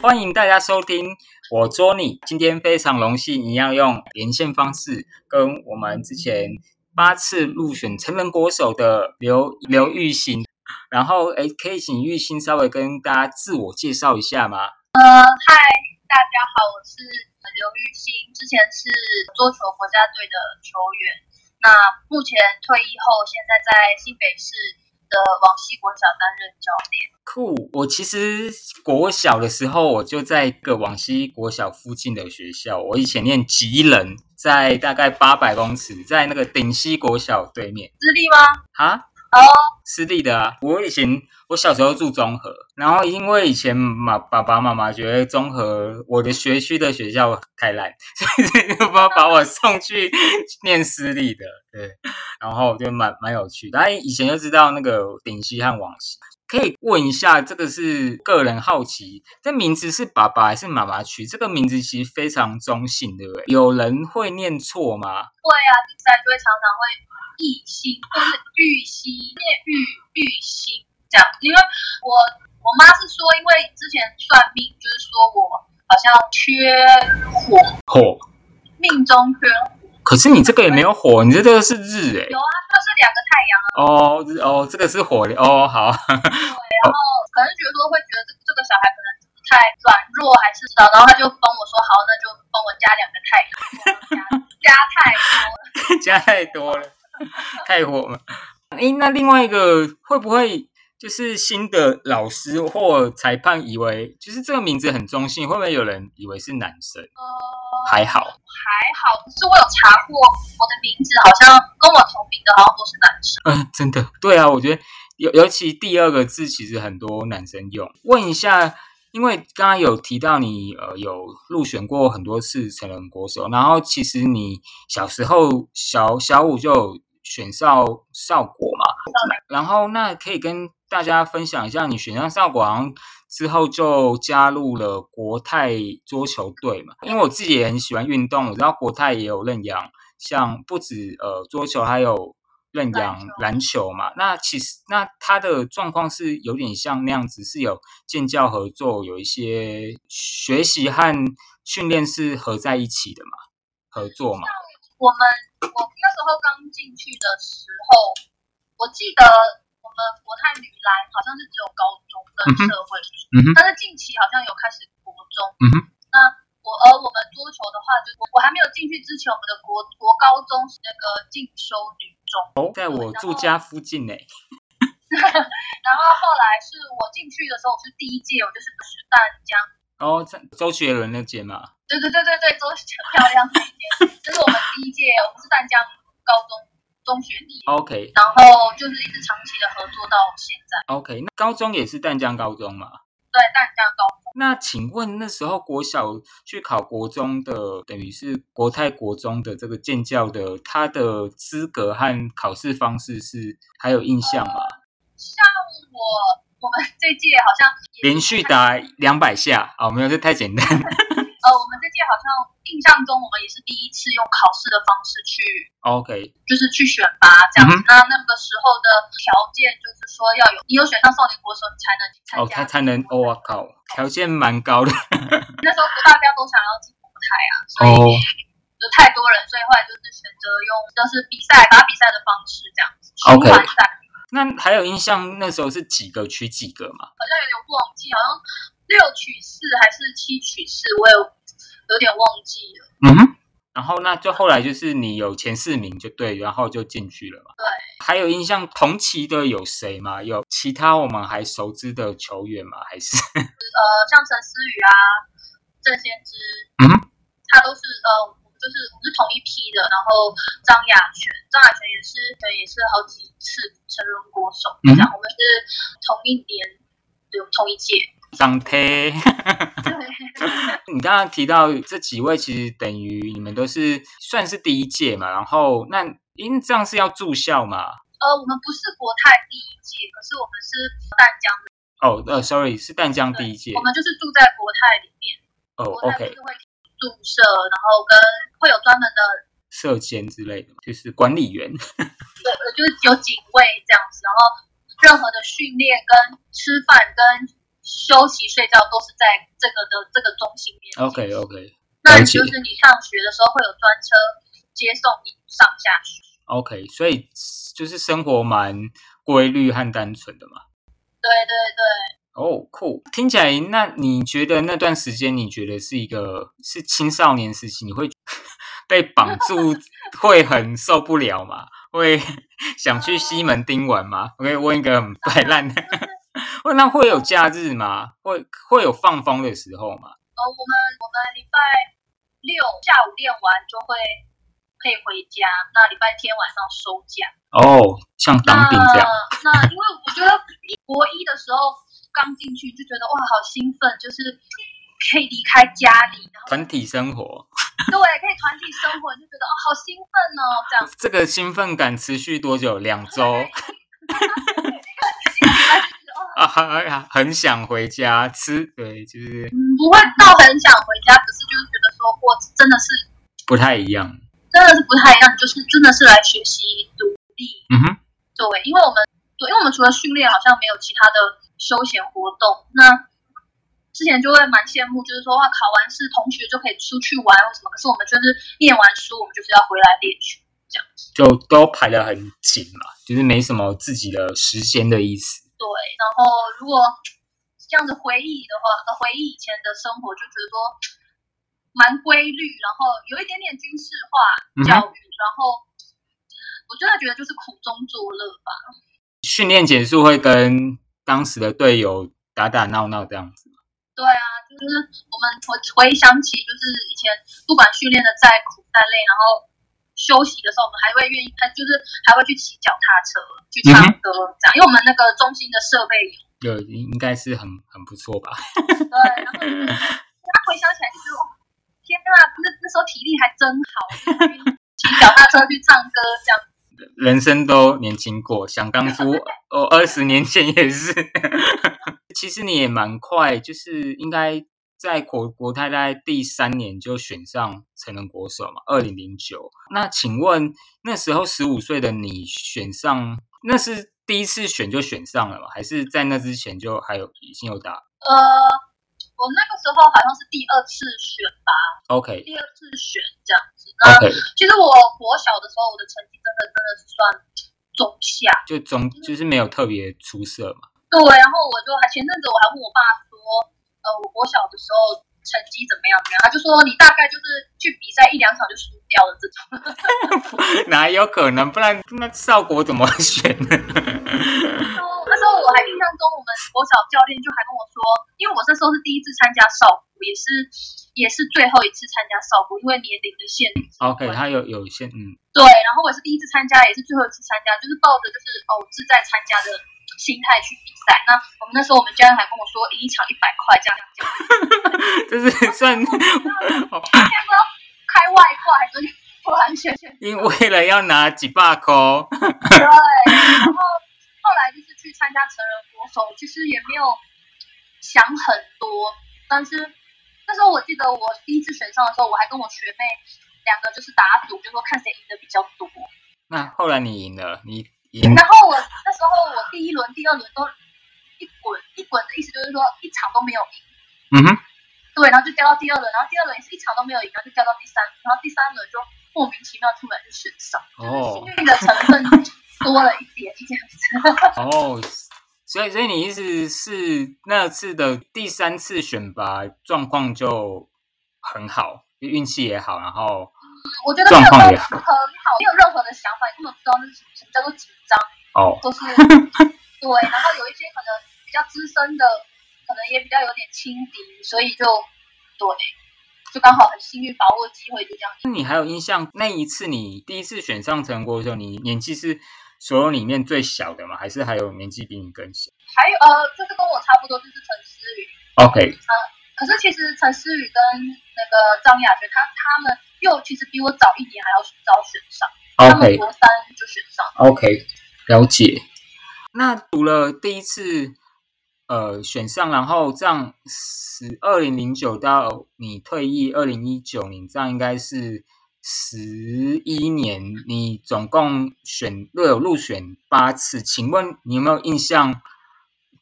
欢迎大家收听我捉你。今天非常荣幸一样用连线方式跟我们之前8次入选成人国手的刘玉兴，然后可以请玉兴稍微跟大家自我介绍一下吗？ 嗨，大家好，我是刘玉兴，之前是桌球国家队的球员，那目前退役后，现在在新北市的往溪国小担任教练。 酷！我其实国小的时候，我就在一个往溪国小附近的学校，我以前念吉人，在大概800公尺，在那个顶溪国小对面。 私立吗？ 哈？私立的啊。我小时候住中和，然后因为以前爸爸妈妈觉得中和我的学区的学校太烂，所以就把我送去念私立的，对，然后就蛮有趣的。但以前就知道那个顶溪和往溪。可以问一下，这个是个人好奇，这名字是爸爸还是妈妈取？这个名字其实非常中性，对不对？有人会念错吗？ 会啊，比赛就会常常会艺兴或是玉溪，念玉兴这样。因为我妈是说，因为之前算命就是说我好像缺火，命中缺火。 可是你这个也没有火，你这个是日有啊，就是2个太阳啊。这个是火的哦，好。 对，然后可能觉得这个小孩可能太软弱还是然后他就帮我说好，那就帮我加2个太阳，加太多了， 太火了。那另外一个会不会就是新的老师或裁判以为就是这个名字很中性，会不会有人以为是男生？还好， 可是我有查过，我的名字好像跟我同名的好像都是男生。 真的，对啊，我觉得尤其第2个字其实很多男生用。问一下，因为刚刚有提到你有入选过很多次成人国手，然后其实你小时候小5就有选上少国嘛，然后那可以跟大家分享一下，你选上少国好像之后就加入了国泰桌球队嘛？因为我自己也很喜欢运动，我知道国泰也有认养，像不止桌球，还有认养篮球嘛。那其实他的状况是有点像那样子，是有建教合作，有一些学习和训练是合在一起的嘛，合作嘛。 我那时候刚进去的时候，我记得我们国泰女篮好像是只有高中跟社会，但是近期好像有开始国中。那我们桌球的话，就我还没有进去之前，我们的国高中是那个进修女中， 在我住家附近呢。 然后后来是我进去的时候，我是第1届，我就是淡江。 周学伦那届嘛。 对，周漂亮那一届，这是我们第1届，我们是淡江高中学弟。 OK， 然后就是一直长期的合作到现在。 OK， 那高中也是淡江高中嘛？ 对，淡江高中。 那请问那时候国小去考国中的，等于是国泰国中的这个建教的，他的资格和考试方式是还有印象吗？ 像我们这届好像连续打200下，没有，这太简单。 我们这届好像印象中，我们也是第1次用考试的方式去 ，OK， 就是去选拔这样子。那个时候的条件就是说要你有选上少年国手，你才能参加。 他才能。我靠，条件蛮高的。 那时候大家都想要进国泰啊，所以有太多人，所以后来就是选择用就是打比赛的方式这样子循环赛。 那还有印象那时候是几个取几个嘛？ 好像有点忘记，好像6取4还是7取4，我有点忘记了。 然后那就后来就是你有前4名就对，然后就进去了嘛。 对。 还有印象同期的有谁吗？有其他我们还熟知的球员吗？还是像陈思雨啊、郑先知，他都是我们是同一批的。然后张雅璇也是好几次成人国手，这样我们是同一年同一届。 张贴。你刚刚提到这几位，其实等于你们都是算是第1届嘛，然后这样是要住校吗？ 我们不是国泰第1届，可是我们是淡江的。 sorry， 是淡江第1届。 我们就是住在国泰里面。 OK。 就是会宿舍，然后会有专门的舍监之类的，就是管理员。 对，就是有警卫这样子，然后任何的训练跟吃饭跟休息睡觉都是在这个中心面。 OK， 那你就是你上学的时候会有专车接送你上下学。 OK， 所以就是生活蛮规律和单纯的嘛。 对对对。 哦，酷！听起来，那你觉得那段时间，你觉得是青少年时期，你会被绑住会很受不了吗？会想去西门町玩吗？我可以问一个很摆烂的，那会有假日吗？会有放风的时候吗？ 我们礼拜六下午练完就会可以回家，那礼拜天晚上收假。 哦，像当兵这样。 那因为我觉得国一的时候刚进去就觉得哇好兴奋，就是可以离开家里，然后团体生活。 对，可以团体生活，就觉得好兴奋哦，这样。 这个兴奋感持续多久？2周。很想回家吃，对，就是不会到很想回家，可是就是觉得说，我真的是不太一样， 真的是不太一样，就是真的是来学习独立。对，因为我们除了训练，好像没有其他的休闲活动。那之前就会蛮羡慕，就是说哇，考完试同学就可以出去玩或什么，可是我们就是念完书，我们就是要回来练球，这样子就都排得很紧嘛，就是没什么自己的时间的意思。 对，然后如果这样子回忆的话，回忆以前的生活，就觉得说蛮规律，然后有一点点军事化教育，然后我真的觉得就是苦中作乐吧。 训练结束会跟当时的队友打打闹闹这样子吗？ 对啊，就是我们回想起，就是以前不管训练的再苦再累，然后休息的时候，我们还会愿意，就是还会去骑脚踏车，去唱歌，这样，因为我们那个中心的设备有应该是很不错吧？ 对，然后他回想起来就觉得，天哪，那时候体力还真好，骑脚踏车去唱歌这样。 人生都年轻过，想当初20年前也是。其实你也蛮快，就是应该在国泰大概第3年就选上成人国手嘛，2009。那请问那时候15岁的你选上，那是第一次选就选上了吗？还是在那之前就已经有打？ 我那个时候好像是第2次选吧。 OK， 第2次选这样子。那其实我国小的时候，我的成绩真的是算中下， 就是没有特别出色嘛。 对，然后前阵子我还问我爸说，我国小的时候成绩怎么样？他就说你大概就是去比赛1-2场就输掉了这种。 哪有可能？不然那少国怎么选呢？ 那时候我还印象中，我们国小教练就还跟我说，因为我那时候是第一次参加少国，也是最后一次参加少国，因为年龄的限制。 OK， 他有限， 对，然后我也是第一次参加，也是最后一次参加，就是抱着就是志在参加的心态去比赛。那我们那时候我们家人还跟我说，一场100块这样讲， 就是算开外挂还是完全因为了要拿几把扣。 对，然后后来就是去参加成人国手，其实也没有想很多，但是那时候我记得我第一次选上的时候，我还跟我学妹2个就是打赌，就说看谁赢的比较多。 那后来你赢了， 然后那时候我第1轮、第2轮都一滚的意思就是说一场都没有赢。对，然后就掉到第2轮，然后第2轮也是一场都没有赢，然后就掉到第3轮，然后第3轮就莫名其妙突然就选上，就是幸运的成分多了一点这样子。 所以你意思是那次的第3次选拔状况就很好，运气也好，然后我觉得状况也很好，没有任何的想法，根本不知道那是什么叫做紧张。都是对，然后有一些可能比较资深的，可能也比较有点轻敌，所以就刚好很幸运把握机会，就这样。 你还有印象那一次你第一次选上成国的时候，你年纪是所有里面最小的吗？还是还有年纪比你更小？ 还有就是跟我差不多，就是陈思雨。 OK。 可是其实陈思雨跟那个张雅璇，他们又其实比我早1年还要早选上。 OK。 他们国3就选上。 OK， 了解。那除了第一次选上，然后这样2009到你退役2019年，这样应该是11年，你总共有入选8次，请问你有没有印象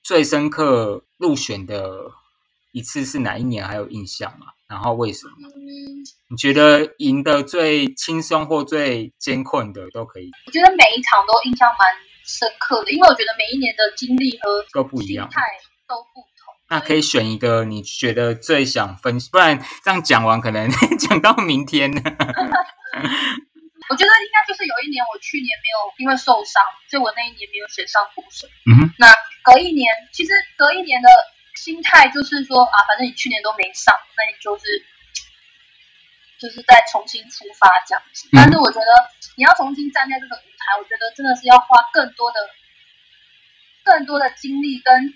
最深刻入选的一次是哪一年？还有印象吗？然后为什么？你觉得赢得最轻松或最艰困的都可以？ 我觉得每一场都印象蛮深刻的，因为我觉得每一年的经历和都不一样， 心态都不同。 那可以选一个你觉得最想分析，不然这样讲完可能讲到明天呢。 我觉得应该就是有一年我去年没有因为受伤，所以我那一年没有选上国手。那隔一年，其实隔一年的心态就是说啊，反正你去年都没上，那你就是再重新出发这样子。但是我觉得你要重新站在这个舞台，我觉得真的是要花更多的精力跟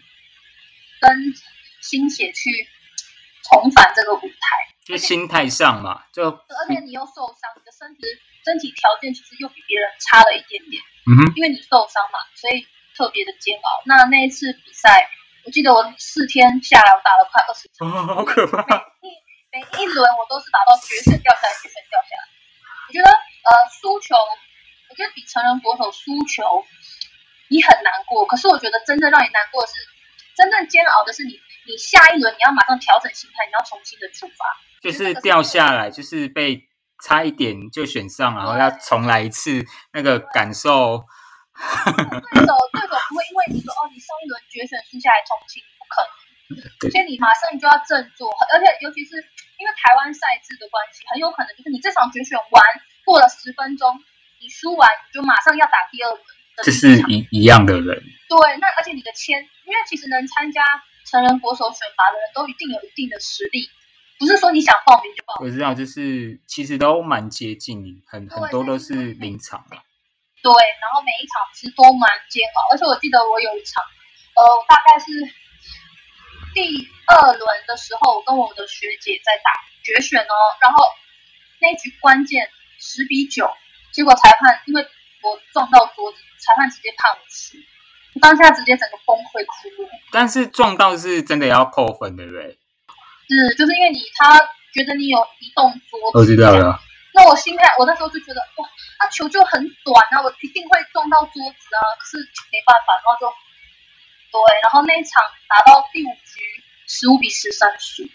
心血去重返这个舞台。 就心态上嘛， 而且你又受伤，你的身体条件其实又比别人差了一点点。因为你受伤嘛，所以特别的煎熬。那一次比赛，我记得我4天下来，我打了快20场， 好可怕！ 每一轮我都是打到决胜掉下来，决胜掉下来。我觉得输球，我觉得比成人国手输球，你很难过。可是我觉得真正让你难过的是，真正煎熬的是你下一轮你要马上调整心态，你要重新的出发。 就是掉下来，就是被差一点就选上，然后要重来一次，那个感受。 对手不会因为你说你上一轮决选输下来重新，不可能。所以你马上就要振作，而且尤其是因为台湾赛制的关系，很有可能就是你这场决选完过了10分钟，你输完你就马上要打第2轮。 这是一样的人。对， 那而且你的因为其实能参加成人国手选拔的人都一定有一定的实力。不是说你想报名就报名。 我知道，就是其实都蛮接近，很多都是0场嘛。 对，然后每一场其实都蛮煎熬，而且我记得我有一场，大概是第2轮的时候，我跟我的学姐在打决选哦，然后那一局关键10比9，结果裁判因为我撞到桌子，裁判直接判我输，当下直接整个崩溃哭了。但是撞到是真的要扣分，对不对？ 就是因为他觉得你有移动桌子， 我知道了。 那我心态，我那时候就觉得哇，球就很短啊，我一定会撞到桌子啊，可是没办法，然后就对，然后那一场打到第5局15比13输。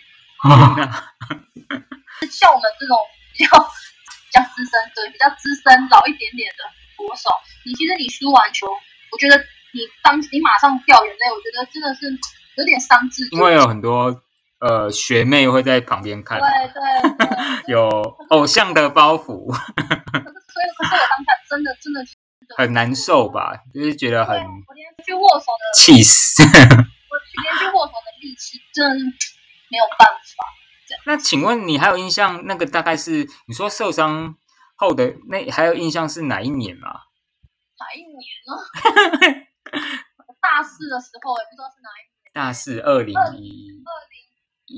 像我们这种比较资深，对，比较资深老一点点的国手，其实你输完球，我觉得你马上掉眼泪，我觉得真的是有点伤自己， 因为有很多。学妹会在旁边看， 对， 有偶像的包袱。 可是我当下真的很难受吧，就是觉得很。 我连去握手的气死。 我连去握手的力气真的没有办法。 那请问你还有印象？那个大概是你说受伤后的还有印象是哪一年吗？ 哪一年呢？大4的时候，也不知道是哪一年。 大4 2014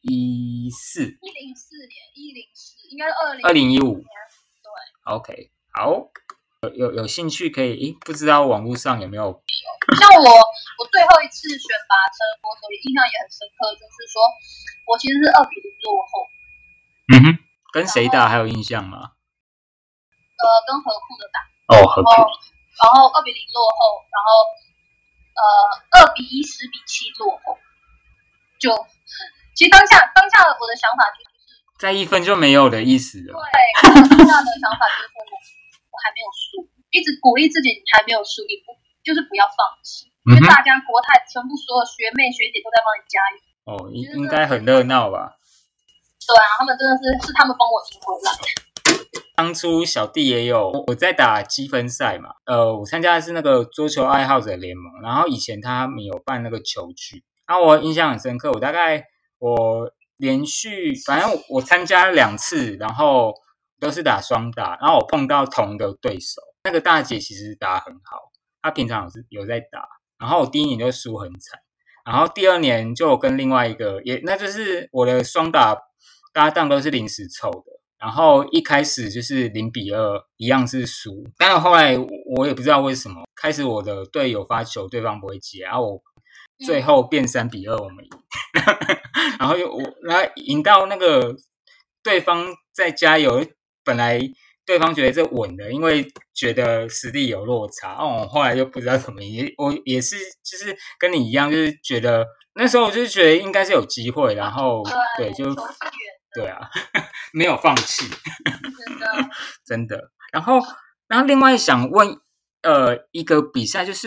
应该是 2015。 对 ，OK， 好，有兴趣可以，不知道网络上有没有？ 像我最后一次选拔成人国手，印象也很深刻，就是说我其实是2比0落后。 跟谁打还有印象吗？ 跟和库的打。 和库。 然后2比0落后，然后2比1 10比7落后，其实当下我的想法就是再1分就没有的意思了。 对，当下的想法就是我还没有输，一直鼓励自己，你还没有输，你就是不要放弃，因为大家国泰全部所有学妹学姐都在帮你加油。 应该很热闹吧？ 对啊，他们真的是他们帮我赢回来。 当初小弟也有我在打积分赛嘛，我参加的是那个桌球爱好者联盟，然后以前他们有办那个球具，然后我印象很深刻，我连续反正我参加2次，然后都是打双打，然后我碰到同一个对手，那个大姐其实打很好，她平常有在打，然后我第1年就输很惨，然后第2年就跟另外一个那就是我的双打搭档都是临时凑的，然后一开始就是0比2，一样是输，但是后来我也不知道为什么，开始我的队友发球，对方不会接，然后我最后变3比2，我们赢，然后赢到那个对方在加油，本来对方觉得这稳的，因为觉得实力有落差。后来又不知道怎么我也是就是跟你一样，就是觉得那时候我就觉得应该是有机会，然后对就对啊，没有放弃， 真的真的。然后另外想问一个比赛就是。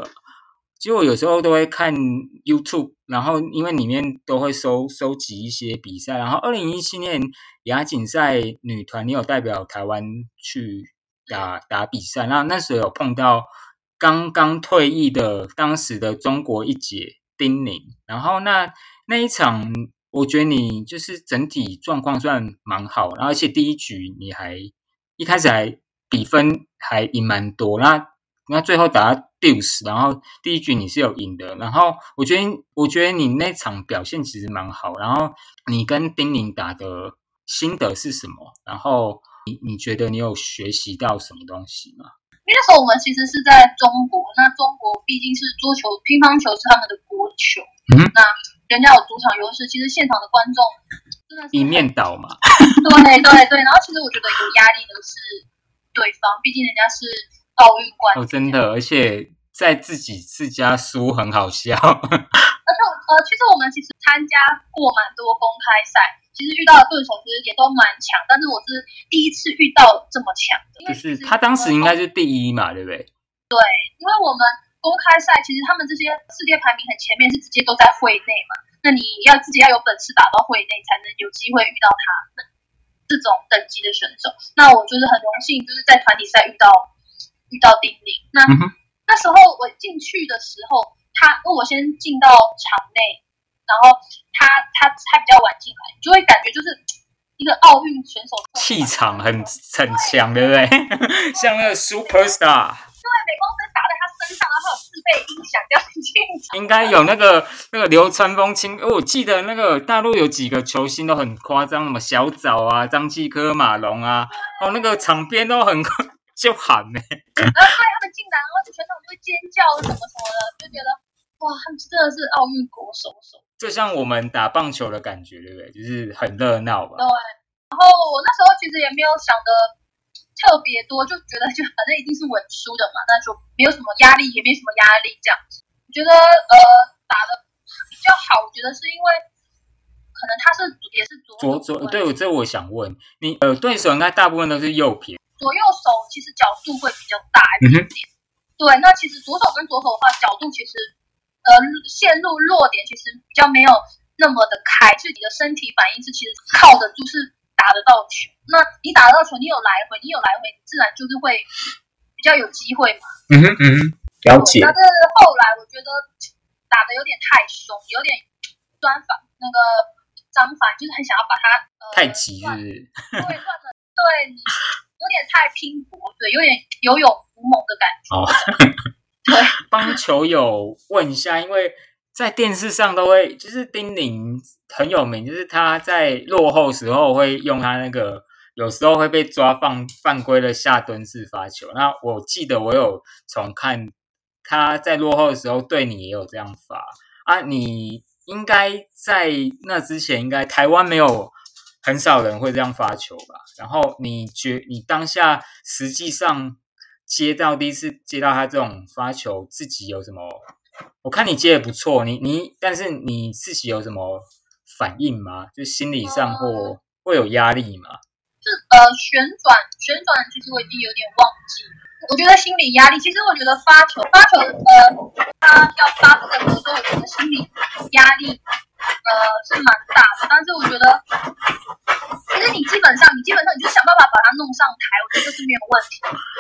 其实我有时候都会看 YouTube， 然后因为里面都会收集一些比赛，然后2017年亚锦赛女团，你有代表台湾去打比赛，那时候有碰到刚刚退役的当时的中国一姐丁宁，然后那一场，我觉得你就是整体状况算蛮好，然后而且第一局你一开始还比分还赢蛮多，那最后打到第50，然后第一局你是有赢的，然后我觉得你那场表现其实蛮好，然后你跟丁宁打的心得是什么？然后你觉得你有学习到什么东西吗？ 因为那时候我们其实是在中国，那中国毕竟是桌球、乒乓球是他们的国球，那人家有主场优势，其实现场的观众真的是一面倒嘛。 对，然后其实我觉得有压力的是对方，毕竟人家是奥运冠军， 真的，而且在自家输很好笑。 而且其实我们其实参加过蛮多公开赛，其实遇到的对手其实也都蛮强，但是我是第一次遇到这么强的， 就是他当时应该是第一嘛，对不对？ 对，因为我们公开赛其实他们这些世界排名很前面是直接都在会内嘛，那你自己要有本事打到会内，才能有机会遇到他们这种等级的选手。那我就是很荣幸，就是在团体赛遇到丁宁。那时候我进去的时候，因为我先进到场内，然后他比较晚进来，你就会感觉就是一个奥运选手气场很强，对不对？像那个 superstar。 对，镁光灯打在他身上，然后有4倍音响这样进场。 应该有那个流川枫我记得那个大陆有几个球星都很夸张，什么小枣啊、张继科、马龙啊，那个场边都很就喊呢。 然后对他们进来，然后全场就会尖叫什么的，就觉得哇，他们真的是奥运国手。 就像我们打棒球的感觉，对不对？就是很热闹吧。 对。然后我那时候其实也没有想的特别多，就觉得就反正一定是稳输的嘛，那就没有什么压力，也没什么压力这样子。我觉得打的比较好，我觉得是因为可能他也是左对，这我想问你，对手应该大部分都是右撇， 左右手其实角度会比较大一点点。对，那其实左手跟左手的话，角度其实线路落点其实比较没有那么的开，所以你的身体反应是其实靠得住，是打得到球。那你打得到球，你有来回，你自然就是会比较有机会嘛。 了解。 但是后来我觉得打得有点太凶，有点专反那个张反，就是很想要把他太急，是不是？ 对，你有点太拼搏，对，有点有勇无猛的感觉。对， 棒球有问一下，因为在电视上都会，就是丁宁很有名，就是他在落后时候会用他那个，有时候会被抓犯规的下蹲式发球。那我记得我有重看他在落后的时候对你也有这样发啊，你应该在那之前，应该台湾没有很少人会这样发球吧？然后你当下实际上第一次接到他这种发球，自己有什么？我看你接的不错，但是你自己有什么反应吗？就心理上或会有压力吗？ 旋转，其实我已经有点忘记。我觉得心理压力，其实我觉得发球，他要发这个球，我觉得心理压力是蛮大的。但是我觉得，其实你基本上你就想办法把它弄上台，我觉得这是没有问题。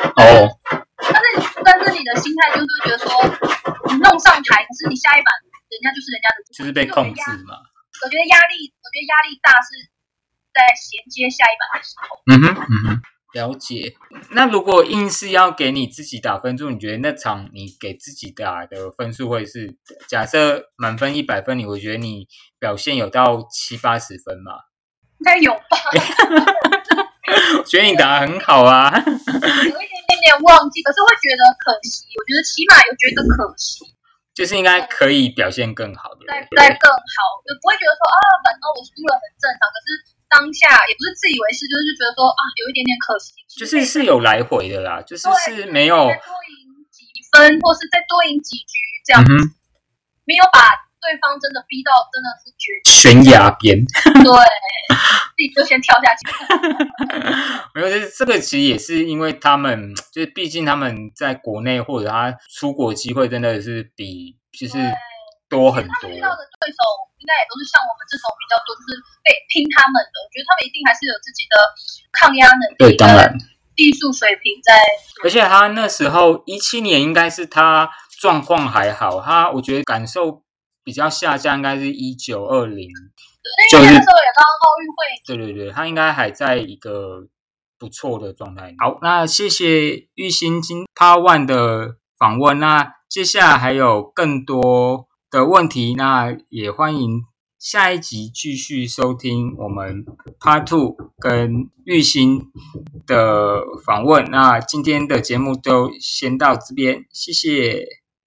但是你的心态就是觉得说，你弄上台，可是你下一板人家就是人家的， 就是被控制嘛。 我觉得压力大是在衔接下一板的时候。 了解。那如果硬是要给你自己打分数，你觉得那场你给自己打的分数会是？假设满分100分，你会觉得你表现有到70-80分吗？ 应该有吧。 我觉得你打得很好啊。 有一点忘记，可是会觉得可惜。我觉得起码有觉得可惜， 就是应该可以表现更好的， 再更好，就不会觉得说反正我输了很正常。可是当下也不是自以为是，就是觉得说啊，有一点点可惜， 就是有来回的啦，就是没有再多赢几分，或是再多赢几局这样子，没有把对方真的逼到真的是悬崖边， 对，自己就先跳下去。 没有，这个其实也是因为他们，就是毕竟他们在国内或者他出国机会真的是比就是多很多。 他们遇到的对手应该也都是像我们这种比较多，就是被拼他们的。我觉得他们一定还是有自己的抗压能力， 对，当然技术水平在。而且他那时候17年应该是他状况还好，我觉得感受比较下降，应该是1920。 因为那时候也刚奥运会。 对，他应该还在一个不错的状态。好，那谢谢玉兴今 Part 1的访问。那接下来还有更多的问题，那也欢迎下一集继续收听我们 Part 2跟玉兴的访问。那今天的节目就先到这边，谢谢。